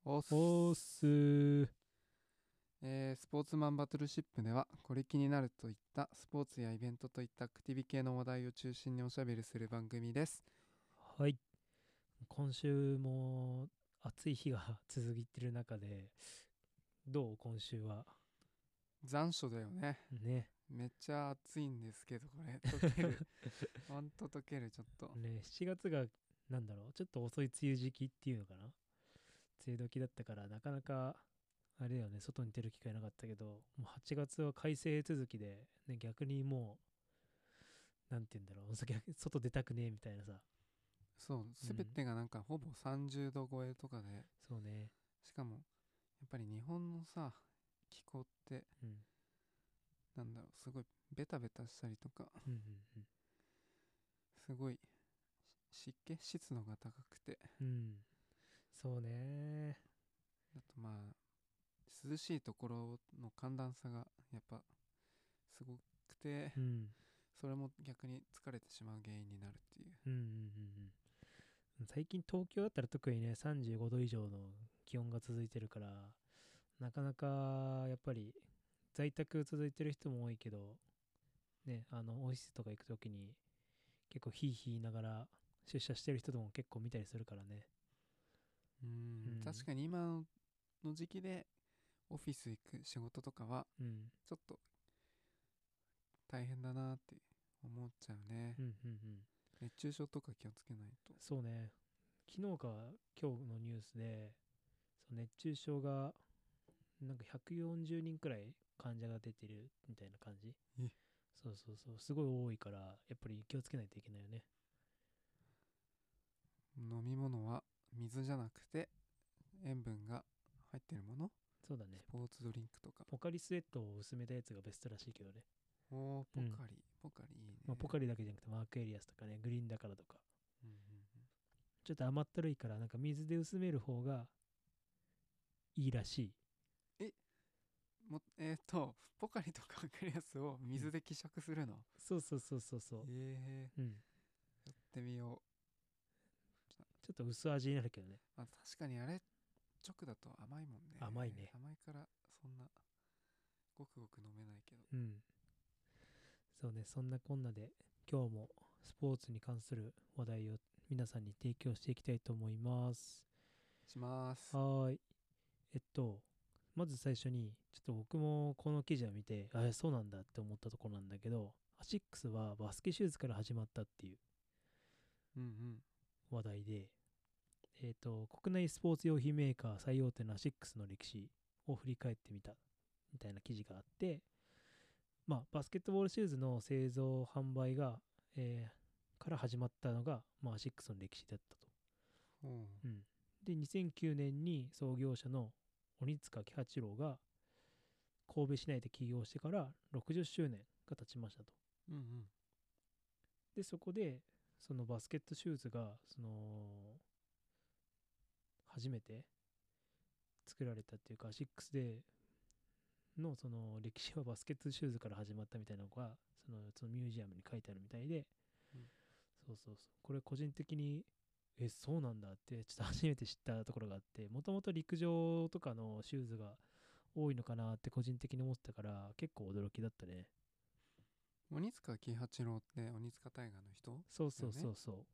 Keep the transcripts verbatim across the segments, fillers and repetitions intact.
おっす。 おーすー。 えースポーツマンバトルシップではこれ気になるといったスポーツやイベントといったアクティビ系の話題を中心におしゃべりする番組です。 はい。今週も暑い日が続いてる中で、どう今週は。 残暑だよね。 ね。 めっちゃ暑いんですけど、これ溶ける。ほんと溶ける。ちょっとね、しちがつが、なんだろう、ちょっと遅い梅雨時期っていうのかな。梅雨時だったから、なかなか、あれだよね、外に出る機会なかったけど、もうはちがつは快晴続きで、ね、逆にもう、なんて言うんだろう、逆外出たくねえみたいなさ。 そう、すべうん。 てがなんかほぼさんじゅうど超えとかで、 そうね。 しかもやっぱり日本のさ気候ってうん。 なんだろう、すごいベタベタしたりとか、 うんうんうん。 すごい湿気湿度が高くて、 うん。そうね。 あとまあ涼しいところの寒暖差がやっぱすごくて、 うん。 それも逆に疲れてしまう原因になるっていう。 うんうんうんうん。最近東京だったら特にね、さんじゅうごど以上の気温が続いてるから、なかなかやっぱり在宅続いてる人も多いけど、ね、あの、オフィスとか行くときに結構ヒーヒー言いながら出社してる人とも結構見たりするからね。 うーん、確うん。 かに今の時期でオフィス行く仕事とかはうん。 ちょっと大変だなって思っちゃうね。 うんうんうん。 熱中症とか気をつけないと。 そうね。昨日か今日のニュースで、そう熱中症がなんかひゃくよんじゅうにんくらい患者が出てるみたいな感じ。 え、 そうそうそう。すごい多いから、やっぱり気をつけないといけないよね。 飲み物は水じゃなくて塩分が入ってるもの、 そうだね。 スポーツドリンクとか。 ポカリスエットを薄めたやつがベストらしいけどね。 おー、 うん。 ポカリポカリいいまあ、ポカね。 リだけじゃなくてマークエリアスとかね、グリーンだからとか。 うんうんちょっと甘ったるいから、なんか水で薄める方がいいらしい。 うん。えもえっ、ー、とポカリとかクリアスをうん。 水で希釈するの？ そうそうそうそうそえう。うん。 ー、やってみよう。 ちょっと薄味になるけどね。 まあ、確かにあれ直だと甘いもんね。 甘いね。 甘いからそんなごくごく飲めないけど。 うん。そうね、そんなこんなで今日もスポーツに関する話題を皆さんに提供していきたいと思います。 します。 はーい。えっと、まず最初に、ちょっと僕もこの記事を見て、あ、そうなんだって思ったところなんだけど、アシックスはバスケシューズから始まったっていううんうん。 話題で、えっと、国内スポーツ用品メーカー最大手のアシックスの歴史を振り返ってみたみたいな記事があって、まあ、バスケットボールシューズの製造販売が、えーから始まったのが、まあ、アシックスの歴史だったと。 おう。 うん。で、にせんきゅうねんに創業者の鬼塚喜八郎が神戸市内で起業してからろくじゅっしゅうねんが経ちましたと。 うんうん。 で、そこで、そのバスケットシューズが、その、初めて作られたっていうか、アシックスでのその歴史はバスケットシューズから始まったみたいなのが、そのそのミュージアムに書いてあるみたいで、 うん。 そうそうそう。これ個人的に、え、そうなんだって、ちょっと初めて知ったところがあって、もともと陸上とかのシューズが多いのかなって個人的に思ってたから、結構驚きだったね。 鬼塚喜八郎って鬼塚大河の人そうそうそだよね。 うそ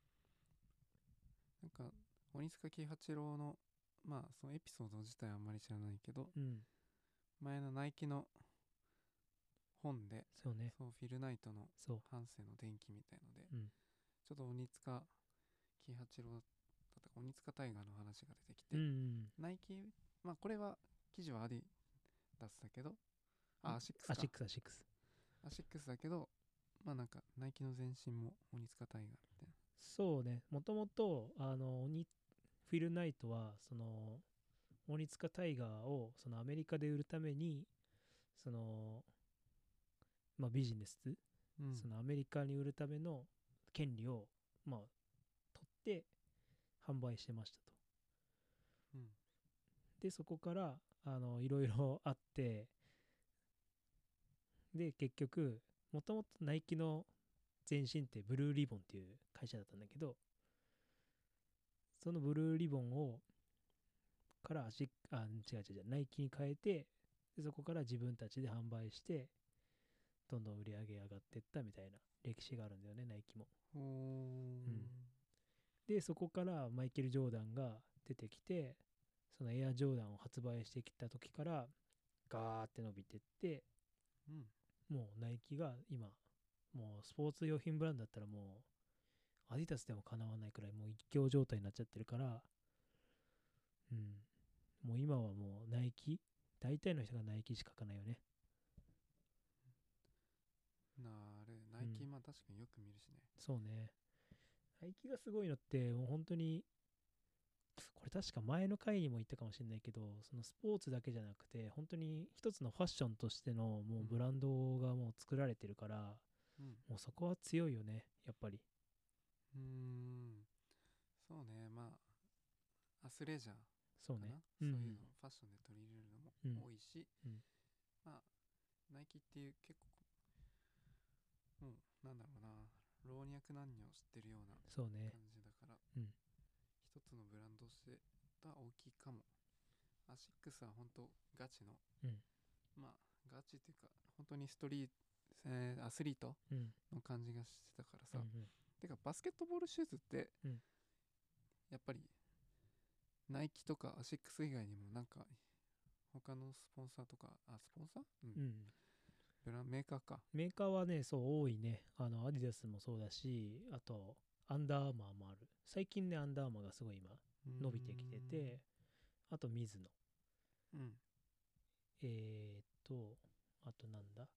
なんか鬼塚喜八郎のまあそのエピソード自体はあんまり知らないけど、 う。うん。 前のナイキの本で、 そうね。 そうフィルナイトのそ半生の伝記みたいので、 う。うん。 ちょっと鬼塚喜八郎だったか鬼塚大河の話が出てきうんて、 うんナイキ、まあこれは記事はアディダスだけど、あうん。 アシックスか、 アシックス、アシックス。 アシックスだけど、まあなんかナイキの前身も鬼塚大河みたいな。 そうね。もともと、あの、鬼フィルナイトは、その、鬼塚タイガーをそのアメリカで売るために、その、まあ、ビジネス、 うんそのアメリカに売るための権利を、まあ、取って販売してましたと。 うんで、そこから、あの、いろいろあって、で、結局、もともとナイキの前身ってブルーリボンっていう会社だったんだけど、そのブルーリボンをかからアシックあ違う違う違うナイキに変えて、でそこから自分たちで販売してどんどん売り上げ上がっていったみたいな歴史があるんだよね、ナイキも。 おー。 うん、でそこからマイケル・ジョーダンが出てきて、そのエアジョーダンを発売してきた時からガーって伸びてって、 うん。 もうナイキが今もうスポーツ用品ブランドだったらもうアディダスでもかなわないくらいもう一強状態になっちゃってるから、うん、もう今はもうナイキ、大体の人がナイキしか買わないよね。 なる。ナイキ、 うん、 まあ確かによく見るしね。 そうね。ナイキがすごいのってもう本当に、これ確か前の回にも言ったかもしれないけど、そのスポーツだけじゃなくて本当に一つのファッションとしてのもうブランドがもう作られてるから、 うん。 もうそこは強いよね、やっぱり。 うーん。そうね。まあ、アスレジャーかな、 そうね。うんうんそういうのをファッションで取り入れるのもうん多いし、 うん、 まあ、ナイキっていう結構、もう、なんだろうな、老若男女を知ってるようなそうね。 感じだから、 うん、 一つのブランドとしては大きいかも。アシックスは本当ガチの、 うん、 まあ、ガチっていうか、本当にストリート、えーアスリートうん、 の感じがしてたからさ。 うん、 てか、バスケットボールシューズって、 うん、 やっぱり、ナイキとかアシックス以外にもなんか、他のスポンサーとか、あ、スポンサーうん。 うん。 ブランメーカーか。 メーカーはね、そう多いね。あの、アディダスもそうだし、あと、アンダーアーマーもある。最近ね、アンダーアーマーがすごい今、 うーん。 伸びてきてて、あと、ミズノ。 うん。 えーっと、あとなんだ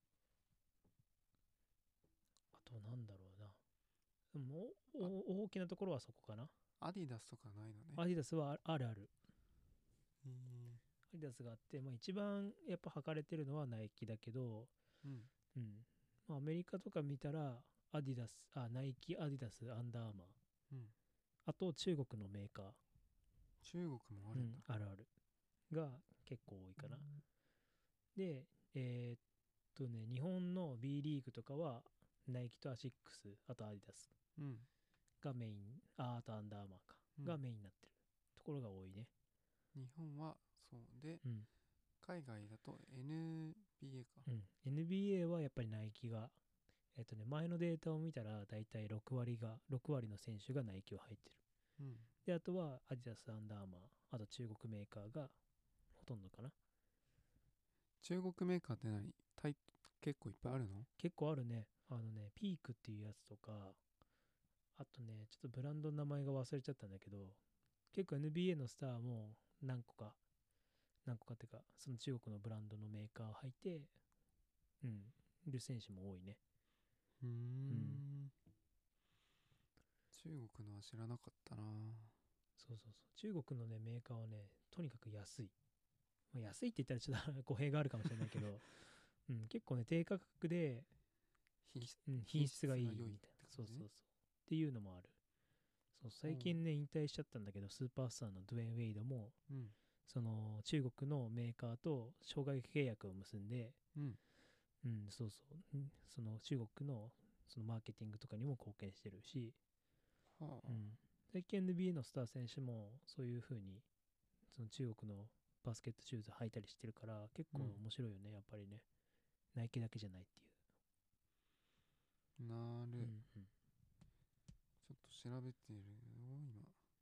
あとなんだろうな。もう、大きなところはそこかな。 アディダスとかないのね。 アディダスはあるある。 へー。 アディダスがあって、まあ一番やっぱ履かれてるのはナイキだけど、 うん。 うん。まあアメリカとか見たら、アディダス、あ、ナイキ、アディダス、アンダーアーマー。 うん。 あと中国のメーカー。 中国もあうん、 るんだ。 あるある。が結構多いかな。で、えーっとね、日本の B リーグとかは、ナイキとアシックス、あとアディダスうん。 がメイン、あ、あとアンダーアーマーか、 うん。 がメインになってるところが多いね。 日本は、そうで、 うん。 海外だと エヌビーエー か。 うん。エヌビーエー はやっぱりナイキが、えっとね、前のデータを見たら、だいたいろく割が、ろく割の選手がナイキを履いてる。 うん。 で、あとはアディダス、アンダーアーマー、あと中国メーカーがほとんどかな。 中国メーカーって何タイ結構いっぱいあるの？ 結構あるね。あのね、ピークっていうやつとか、あとね、ちょっとブランドの名前が忘れちゃったんだけど、結構 エヌビーエー のスターも何個か、何個かっていうか、その中国のブランドのメーカーを履いて、うん、いる選手も多いね。 うーうん。 ん。中国のは知らなかったな。 そうそうそう。中国のね、メーカーはね、とにかく安い。まあ、安いって言ったらちょっと語弊があるかもしれないけど、うん、結構ね、低価格で、 品質うん、品質がいいみたいな。 品質が良いってことね。 そうそうそう。っていうのもある。そう、最近ね、引退しちゃったんだけど、スーパースターのドゥエイン・ウェイドも、 うん。 その中国のメーカーと生涯契約を結んで、 うん。 うん、そうそう、んその中国のそのマーケティングとかにも貢献してるし、 はあ。 うん、最近 エヌビーエー のスター選手もそういう風にその中国のバスケットシューズ履いたりしてるから結構面白いよね、やっぱりね。ナイキだけじゃないっていう。 なうんる。 うん、 ちょっと調べてるよ、今。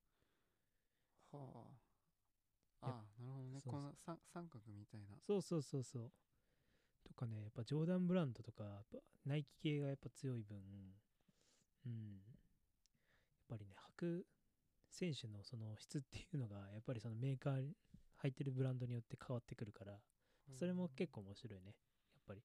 はあ。 やっああ、なるほどね。 そうそうこの三三角みたいな。 そうそうそうそう。とかね、やっぱジョーダンブランドとか、やっぱナイキ系がやっぱ強い分、うん、やっぱりね、履く選手のその質っていうのが、やっぱりそのメーカー、履いてるブランドによって変わってくるから、それも結構面白いね、やっぱり。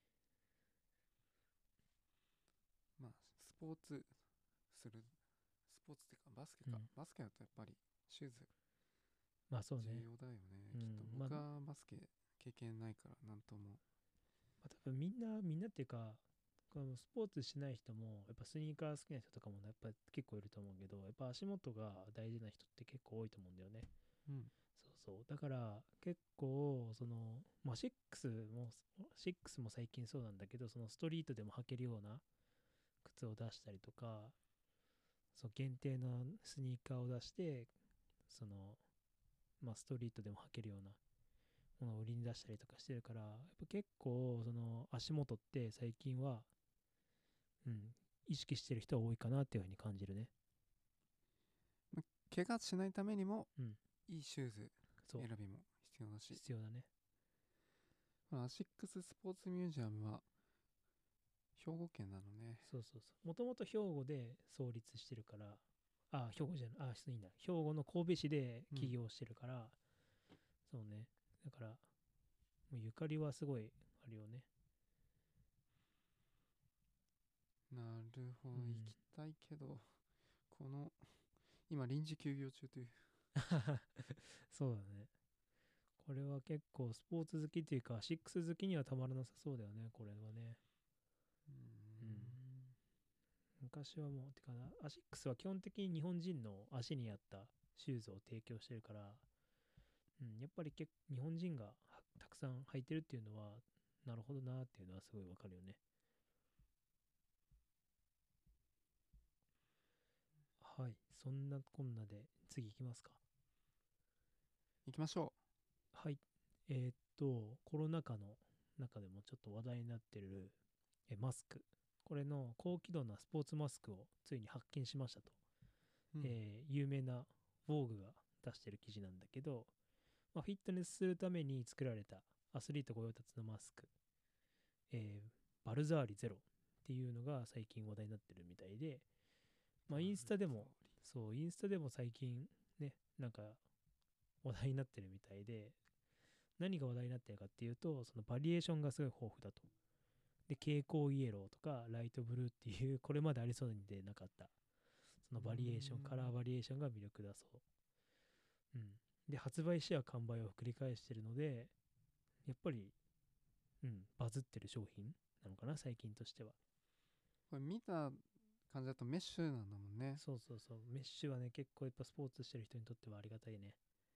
まあ、スポーツする、スポーツっていうかバスケか。 うん。 バスケだとやっぱりシューズまあそうね。 重要だよね。 うん。 きっとまあ、 僕はバスケ経験ないからなんとも。 まあ、多分みんな、みんなっていうか、このスポーツしない人も、やっぱスニーカー好きな人とかもやっぱ結構いると思うけど、やっぱ足元が大事な人って結構多いと思うんだよね。 うん。 そうそう。だから結構、その、まあシックスも、シックスも最近そうなんだけど、そのストリートでも履けるような靴を出したりとか、そう限定のスニーカーを出して、そのまあ、ストリートでも履けるようなものを売りに出したりとかしてるから、やっぱ結構その足元って最近は、うん、意識してる人は多いかなっていうふうに感じるね。 ま怪我しないためにもうん、 いいシューズそう選びも必要だし、 必要だね。 このアシックススポーツミュージアムは兵庫県なのね。 そうそうそう。もともと兵庫で創立してるから、あ、兵庫じゃない、あ、失礼な。兵庫の神戸市で起業してるから、そうね。だから、もうゆかりはすごいあるよね。 なるほど、 うん行きたいけど、この今臨時休業中という。 そうだね。これは結構スポーツ好きっていうか、アシックス好きにはたまらなさそうだよね、これはね。 うーうん。 ん昔はもう、てかな、アシックスは基本的に日本人の足に合ったシューズを提供してるから、うん、やっぱり結日本人がはたくさん履いてるっていうのは、なるほどなっていうのはすごいわかるよね。はい。そんなこんなで次行きますか。 行きましょはい。えーっと、コロナ禍の中でもちょっと話題になってるえマスク。これの高機動なスポーツマスクをついに発見しましたと。 う、うんえー有名な Vogue が出してる記事なんだけど、まあ、フィットネスするために作られたアスリート御用達のマスク、えーバルザーリゼロっていうのが最近話題になってるみたいで、まあ、インスタでも、そう、インスタでも最近ね、なんか話題になってるみたいで、何が話題になってるかっていうと、そのバリエーションがすごい豊富だと。で、蛍光イエローとかライトブルーっていう、これまでありそうでなかった、そのバリエーション、カラーバリエーションが魅力だそう。うん。で、発売しや完売を繰り返してるので、やっぱり、うん、バズってる商品なのかな、最近としては。 これ見た感じだとメッシュなんだもんね。 そうそうそう。メッシュはね、結構やっぱスポーツしてる人にとってはありがたいね。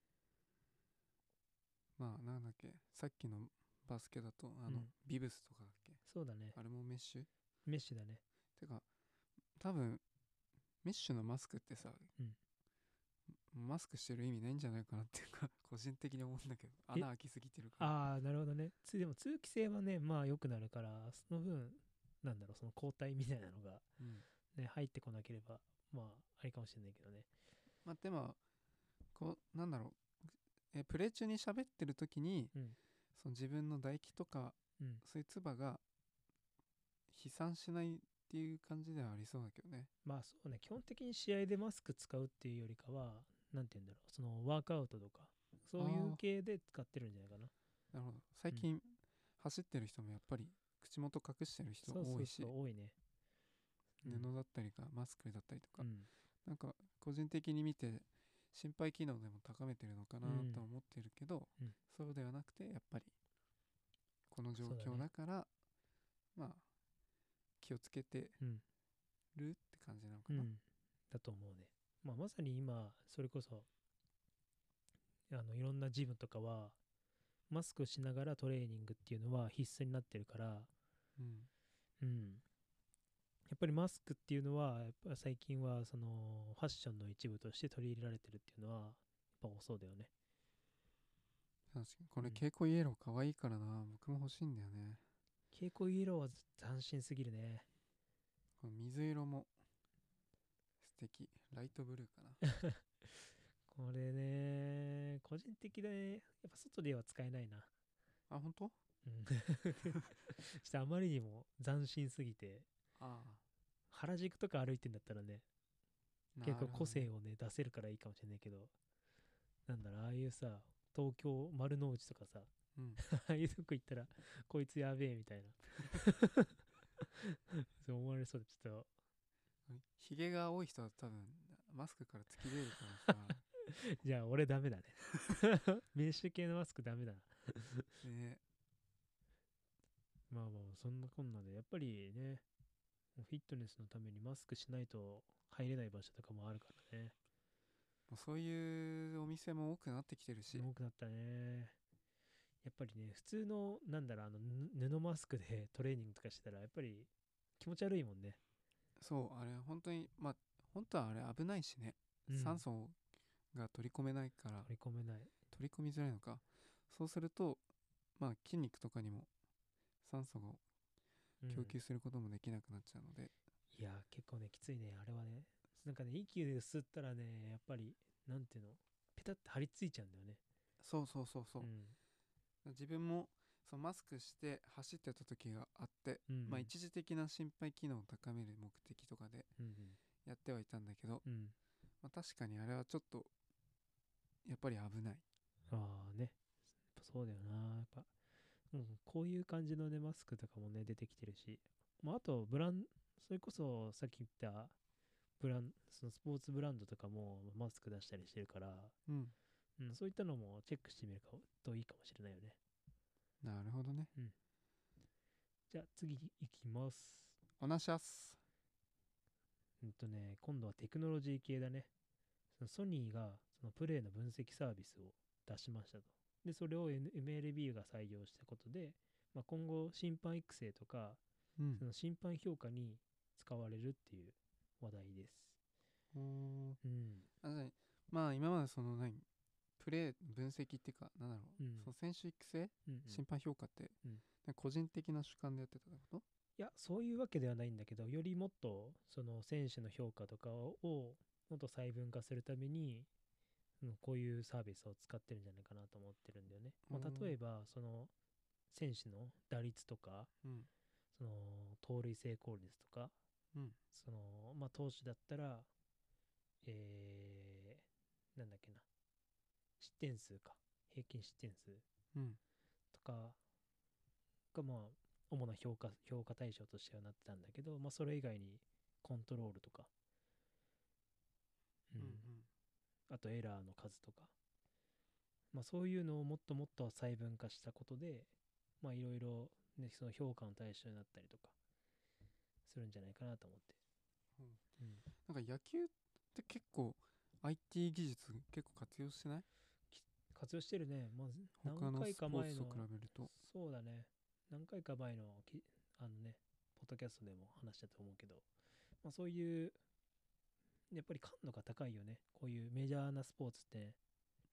まあなんだっけ、さっきのバスケだとあの、 うんビブスとかだっけ、 そうだね。 あれもメッシュ。 メッシュだね。 てか多分メッシュのマスクってさ、 うん。 マスクしてる意味ないんじゃないかなっていうか個人的に思うんだけど、穴開きすぎてるから。 ああ、なるほどね。つでも通気性はね、まあ良くなるから、その分、なんだろう、その抗体みたいなのが、 うん、 ね、入ってこなければ、まあ、ありかもしれないけどね。 まあでもこうなんだろう、えプレー中に喋ってる時にうん。 その自分の唾液とかうん。 そういう唾が飛散しないっていう感じではありそうだけどね。 まあそうね、基本的に試合でマスク使うっていうよりかは、なんて言うんだろう、そのワークアウトとか、そういうあ系で使ってるんじゃないかな。 あ、なるほど。最近走ってる人もやっぱり口元隠してる人そう多いし、 そうそう、多いね。うん。 布だったりかマスクだったりとか、 うん。 なんか個人的に見て心肺機能でも高めてるのかなうんと思ってるけど、 うんそうではなくてやっぱりこの状そうだね。 況だからまあ気をつけてうん。 るって感じなのかな。 うん。だと思うね。まあまさに今、それこそ、あの、いろんなジムとかは、マスクしながらトレーニングっていうのは必須になってるから、 うんうん。やっぱりマスクっていうのは、やっぱ最近はそのファッションの一部として取り入れられてるっていうのは、やっぱ多そうだよね。 確かにこれうん蛍光イエロー可愛いからな、僕も欲しいんだよね。 蛍光イエローは斬新すぎるね。 この水色も素敵。ライトブルーかな。 これね、個人的で、ね、やっぱ外では使えないな。 あ、本当？ うんちょっとあまりにも斬新すぎて、 あ原宿とか歩いてんだったらね、 あ、な結構個るほどね。 性をね、出せるからいいかもしれないけど、なんだろう、ああいうさ、東京丸の内とかさ、 うん。 ああいうとこ行ったら、こいつやべえみたいな。そう思われそうで、ちょっヒゲが多い人は多分マスクから突き出るからさ。 と、じゃあ俺ダメだね。メッシュ系のマスクダメだな。 ね、 まあまあ、そんなこんなで、やっぱりね、フィットネスのためにマスクしないと入れない場所とかもあるからね。 もうそういうお店も多くなってきてるし。 多くなったね。やっぱりね、普通の、なんだろう、あの、ぬ布マスクでトレーニングとかしてたら、やっぱり気持ち悪いもんね。 そう、あれ本当に、まあ本当はあれ危ないしね。 うん。 酸素が取り込めないから取り込めない。 取り込みづらいのか。そうするとまあ筋肉とかにも酸素をうん供給することもできなくなっちゃうので、 いや結構ねきついねあれはね。なんかね息で吸ったらねやっぱりなんていうのペタって張り付いちゃうんだよね。 そうそうそうそう、 うん自分もそのマスクして走ってた時があって、 うんうんまあ一時的な心肺機能を高める目的とかでうんうんやってはいたんだけど、 うんまあ、確かにあれはちょっとやっぱり危ない。 ああねやっぱそうだよなやっぱ、うん、こういう感じのねマスクとかもね出てきてるし、まあ、あとブランそれこそさっき言ったブランそのスポーツブランドとかもマスク出したりしてるから、 うんうん、そういったのもチェックしてみるかといいかもしれないよね。 なるほどね。 うんじゃあ次いきます。 おなしゃす。 うんとね今度はテクノロジー系だね。そのソニーがそのプレーの分析サービスを出しましたと。で、それを エムエルビー が採用したことで、まあ、今後審判育成とか、 うんその審判評価に使われるっていう話題です。 おーうん。 あじゃあまあ今までその何プレー分析っていうかなんだろう、 うん。 その選手育成うんうん審判評価って、 うんなんか個人的な主観でやってたってこと？ いや、そういうわけではないんだけど、よりもっとその選手の評価とかをもっと細分化するために、うん、こういうサービスを使ってるんじゃないかなと思ってるんだよね。まあ、 うん例えば、その選手の打率とか、 うんその盗塁成功率とか、 うんそのまあ投手だったら、えー、なんだっけな、失点数か、平均失点数うんとかがまあ主な評価評価対象としてはなってたんだけど、まあそれ以外にコントロールとか、ううんうんん、あとエラーの数とか、まあそういうのをもっともっと細分化したことで、まあいろいろねその評価の対象になったりとかするんじゃないかなと思って。 うんうんなんか野球って結構 アイティー 技術結構活用してない？ 活用してるね。まず他の何回スポーツとか前の、 比べると。 そうだね。何回か前のき、あのね、ポッドキャストでも話したと思うけど、まあそういう、やっぱり感度が高いよね。こういうメジャーなスポーツってね。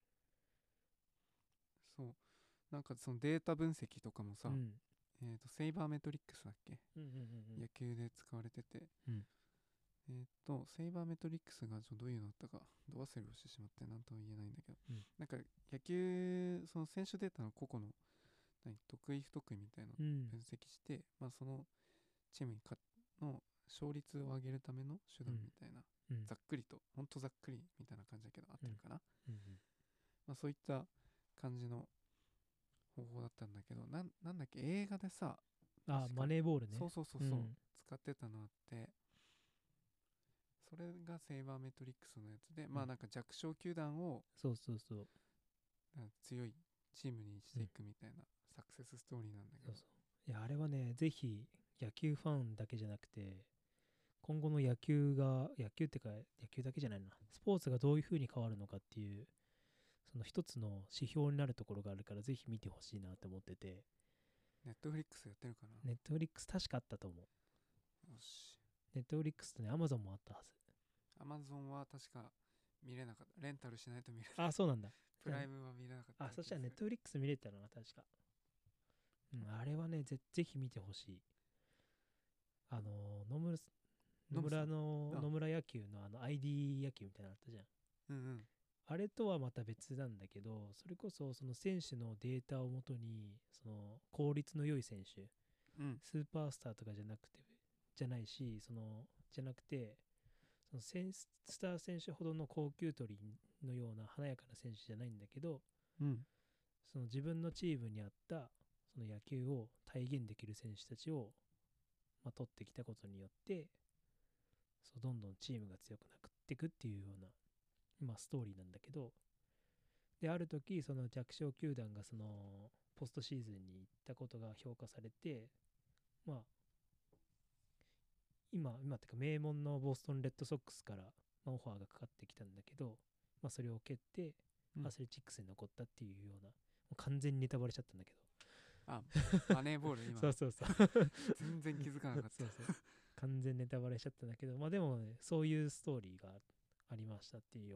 そうなんかそのデータ分析とかもさ、 うん。 えーとセイバーメトリックスだっけ、 うんうんうん野球で使われてて、 うんえーとセイバーメトリックスがちょどういうのだったかど忘れをしてしまって何とも言えないんだけど、 うんなんか野球その選手データの個々の何得意不得意みたいなのをうん分析して、まあそのチームにかの勝率を上げるための手段みたいな、 うんざっくりとほんとざっくりみたいな感じだけど合ってるかな、 うんまあ、そういった感じの方法だったんだけど、なん、なんだっけ映画でさ、 あ、 確かマネーボールね。 そうそうそうそう、 うん使ってたのあって、それがセイバーメトリックスのやつで、まあなんか弱小球団をそうそうそう。 なんか強いチームにしていくみたいなサクセスストーリーなんだけど、 そうそういや、あれはね、ぜひ野球ファンだけじゃなくて、今後の野球が、野球ってか、野球だけじゃないな、スポーツがどういう風に変わるのかっていう、その一つの指標になるところがあるから、ぜひ見てほしいなと思ってて、 ネットフリックスやってるかな、 ネットフリックス確かあったと思う。 よし。 ネットフリックスとね、アマゾンもあったはず。 アマゾンは確か見れなかった。レンタルしないと見れない。 あ、そうなんだ。 プライムは見れなかった。 あ、そしたらネットフリックス見れたのな、確か。うん、あれはね、ぜぜひ見てほしい。あのー、野村、野村の、 あ野村野球のあの アイディー 野球みたいなのあったじゃん。 うんうん。 あれとはまた別なんだけど、それこそその選手のデータをもとに、その効率の良い選手、 うんスーパースターとかじゃなくて、じゃないし、その、じゃなくて、そのセンスター選手ほどの高級鳥のような華やかな選手じゃないんだけど、 うんその自分のチームに合ったその野球を体現できる選手たちを、まあ、取ってきたことによってそうどんどんチームが強くなっていくっていうような、まあ、ストーリーなんだけど、である時その弱小球団がそのポストシーズンに行ったことが評価されて、まあ今今ってか名門のボストンレッドソックスから、まあ、オファーがかかってきたんだけど、まあ、それを蹴って、 うん、 アスレチックスに残ったっていうような、もう完全にネタバレしちゃったんだけど、 あ、マネーボール今そうそうそう全然気づかなかったそうそう完全ネタバレしちゃったんだけど、まあでもね、そういうストーリーがありましたっていうような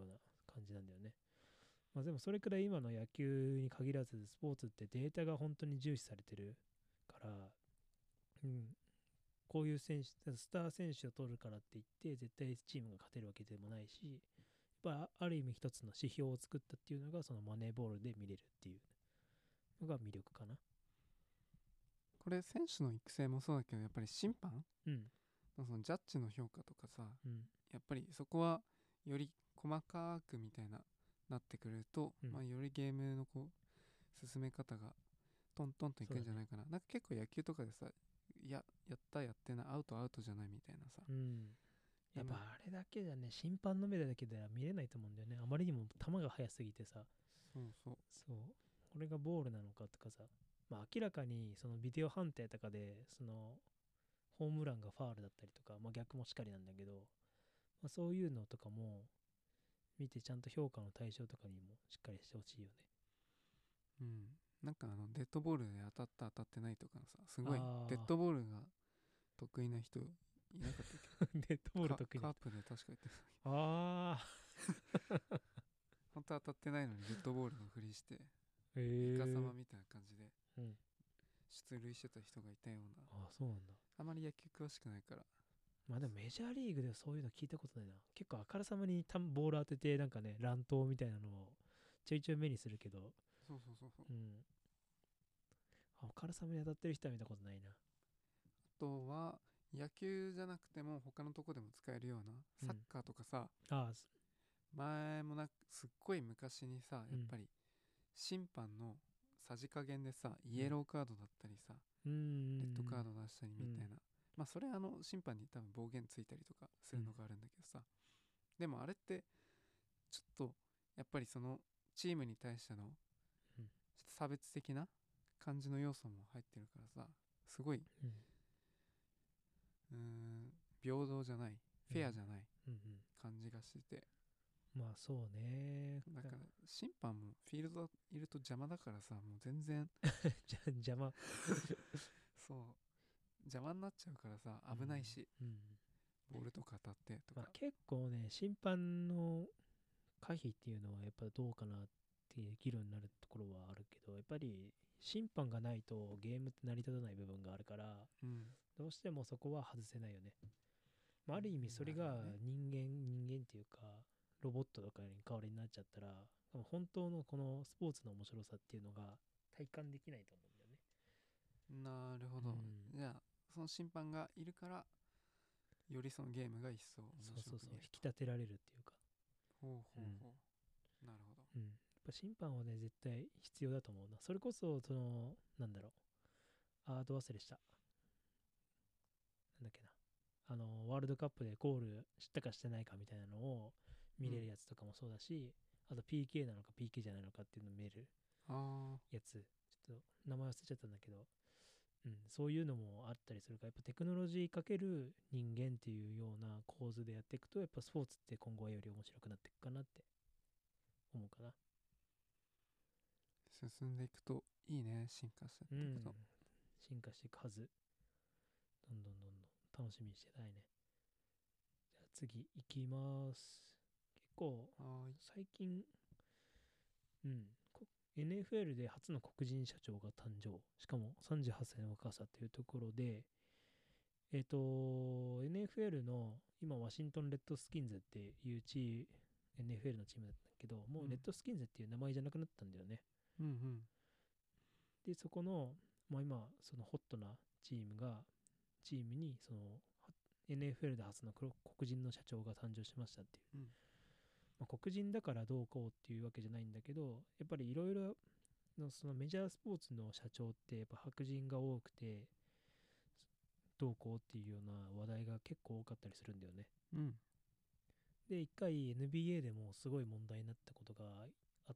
感じなんだよね。まあでもそれくらい今の野球に限らずスポーツってデータが本当に重視されてるから、うん、こういう選手、スター選手を取るからって言って絶対チームが勝てるわけでもないし、やっぱある意味一つの指標を作ったっていうのがそのマネーボールで見れるっていうのが魅力かな。 これ選手の育成もそうだけど、やっぱり審判うんのそのジャッジの評価とかさ、 うんやっぱりそこはより細かくみたいななってくると、 うんまあ、よりゲームのこう進め方がトントンといくんじゃないかな。なんか結構野球とかでさ、ややったやってないアウトアウトじゃないみたいなさ、 うん、やっぱあれだけじゃね、審判の目だけでは見れないと思うんだよね。あまりにも球が速すぎてさ。 そうそうそう。これがボールなのかとかさ。まあ明らかにそのビデオ判定とかで、そのホームランがファールだったりとか、まあ逆もしっかりなんだけど、まあ、そういうのとかも見てちゃんと評価の対象とかにもしっかりしてほしいよね。 うん。なんかあのデッドボールで当たった当たってないとかさ、すごいあデッドボールが得意な人いなかったっけ？ デッドボール得意な人。 カカープで確か言ってた。 ああ。 本当は当たってないのにデッドボールのふりして、 へえ。 イカ様みたいな感じでうん。 出塁してた人がいたような。 ああ、そうなんだ。 あまり野球詳しくないから。 まあでもメジャーリーグではそういうの聞いたことないな。結構あからさまにたボール当ててなんかね、乱闘みたいなのをちょいちょい目にするけど、 そうそうそうそう。 うん。あからさまに当たってる人は見たことないな。 あとは野球じゃなくても他のとこでも使えるようなうんサッカーとかさ、 ああ、す前もなんかすっごい昔にさ、 うんやっぱり審判のさじ加減でさ、イエローカードだったりさ、 うーん。 レッドカード出したりみたいな、 うんまあそれあの審判に多分暴言ついたりとかするのがあるんだけどさ、でもあれってちょっとやっぱりそのチームに対してのうんちょっと差別的な感じの要素も入ってるからさ、すごいうんうーん平等じゃない、フェアじゃないうんうん。 感じがしてて、 まあそうね。 だから審判もフィールドいると邪魔だからさ、もう全然じゃ邪魔。 そう邪魔になっちゃうからさ、危ないし、 うんうんボールとか当たってとか、 まあ、結構ね、審判の可否っていうのはやっぱどうかなっていう議論になるところはあるけど、やっぱり審判がないとゲームって成り立たない部分があるから、 うんどうしてもそこは外せないよね。まあ、ある意味それがなるほどね人間、人間っていうか、ロボットとかに代わりになっちゃったら、多分本当のこのスポーツの面白さっていうのが体感できないと思うんだよね。 なるほど、 うんじゃあその審判がいるからよりそのゲームが一層面そうそうそう、 白く見える引き立てられるっていうか。 ほうほうほう、なるほど。 うん。やっぱ審判はね、絶対必要だと思うな。それこそ、その、なんだろう。あー、ど忘れした。なんだっけな。あの、ワールドカップでゴールしたかしてないかみたいなのを見れるやつとかもそうだし、あと ピーケー なのか ピーケー じゃないのかっていうのを見れるあやつ。ちょっと名前忘れちゃったんだけど、うん、そういうのもあったりするから、やっぱテクノロジーかける人間っていうような構図でやっていくと、やっぱスポーツって今後はより面白くなっていくかなって思うかな。 ー進んでいくといいね、進化してうんいくと、。 進化していくはず。どんどんどんどん楽しみにしてたいね。じゃあ次行きます。結構はーい。 最近、うん、こ エヌエフエル で初の黒人社長が誕生。しかもさんじゅうはっさいの若さというところで、えっ、と、エヌエフエル の今ワシントンレッドスキンズっていうチーム、エヌエフエル のチームだったんだけど、もうレッドスキンズっていう名前じゃなくなったんだよね。 うんうん。 で、そこの、まあ、今、そのホットなチームが、チームに、その、エヌエフエル で初の黒黒人の社長が誕生しましたっていう。 うんまあ、黒人だからどうこうっていうわけじゃないんだけど、やっぱりいろいろの、そのメジャースポーツの社長って、やっぱ白人が多くて、どうこうっていうような話題が結構多かったりするんだよね。 うんで、一回 エヌビーエー でもすごい問題になったことがあって、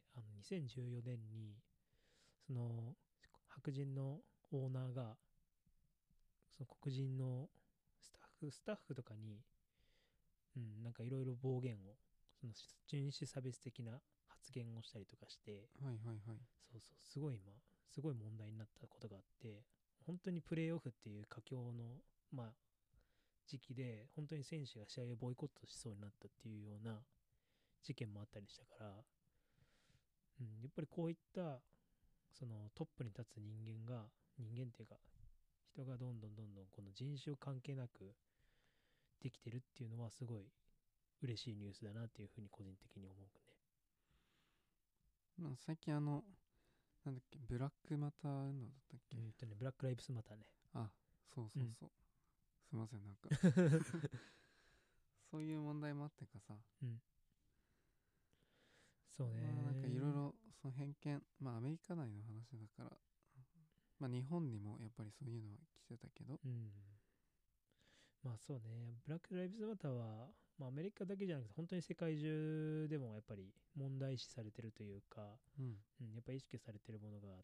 あのにせんじゅうよねんに、その白人のオーナーが、その黒人のスタッフ、スタッフとかに、うん、なんかいろいろ暴言を、その人種差別的な発言をしたりとかして、 はいはいはい。 そうそう、すごい今、すごい問題になったことがあって、本当にプレーオフっていう佳境の、まあ、時期で、本当に選手が試合をボイコットしそうになったっていうような事件もあったりしたから、うん、やっぱりこういったそのトップに立つ人間が人間っていうか人がどんどんどんどんこの人種を関係なくできてるっていうのはすごい嬉しいニュースだなっていうふうに個人的に思うね。 まあ、最近あのなんだっけブラックマター運動だったっけ、 うんとね、ブラックライブスマターね。 あ、そうそうそう、すいませんなんかそういう問題もあってかさ、 うん。そうね。 まあなんかいろいろその偏見、まあアメリカ内の話だから、まあ日本にもやっぱりそういうのは来てたけど、 うん。まあそうね。ブラックライブスマターは、まあアメリカだけじゃなくて、本当に世界中でもやっぱり問題視されてるというか、 うん、 うん、やっぱり意識されてるものがあって、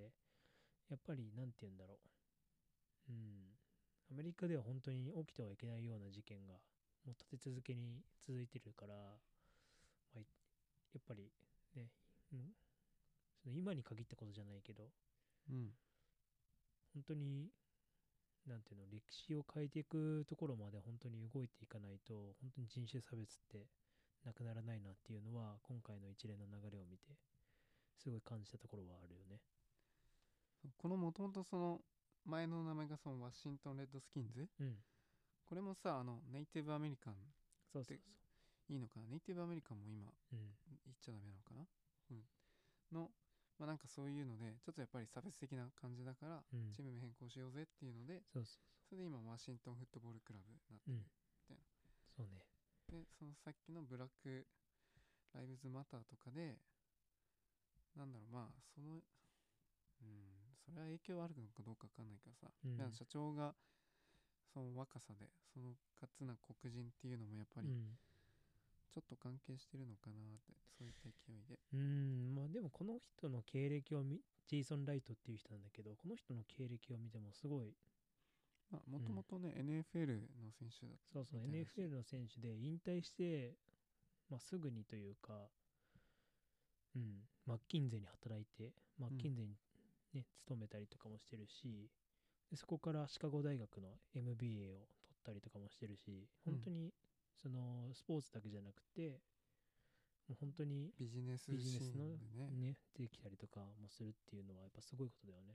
やっぱりなんて言うんだろう。うん。アメリカでは本当に起きてはいけないような事件がもう立て続けに続いてるから、まあ、やっぱりね、うん、その今に限ったことじゃないけど、 うん、 本当になんていうの、歴史を変えていくところまで本当に動いていかないと、本当に人種差別ってなくならないなっていうのは、今回の一連の流れを見て、すごい感じたところはあるよね。 このもともとその前の名前がそのワシントンレッドスキンズ、 うん。 これもさあのネイティブアメリカンってそうそういいのかな、ネイティブアメリカンも今そう。うん。 言っちゃダメなのかな、うん、のまあなんかそういうのでちょっとやっぱり差別的な感じだからうん。 チーム名変更しようぜっていうので、 そうそうそれで今ワシントンフットボールクラブになってそう。うるん。 みたいそうね。 な。でそのさっきのブラックライブズマターとかでなんだろう、まあそのうんそれは影響あるのかどうかわかんないからさ、 うん。 いや社長がその若さでそのかつな黒人っていうのもやっぱりうん。 ちょっと関係してるのかなって、そういった勢いで。 うん。まあでもこの人の経歴を見、ジェイソン・ライトっていう人なんだけど、この人の経歴を見てもすごい、 まあもうん、 ともとね エヌエフエル の選手だそうそう、 みたいだし、 エヌエフエル の選手で引退して、まあ、すぐにというか、うん、マッキンゼに働いて、マッうんキンゼに、ね、勤めたりとかもしてるし、でそこからシカゴ大学の エムビーエー を取ったりとかもしてるし、 うん本当にそのスポーツだけじゃなくて、もう本当にビジネスビジネシーンでスのね。 ね、できたりとかもするっていうのはやっぱすごいことだよね。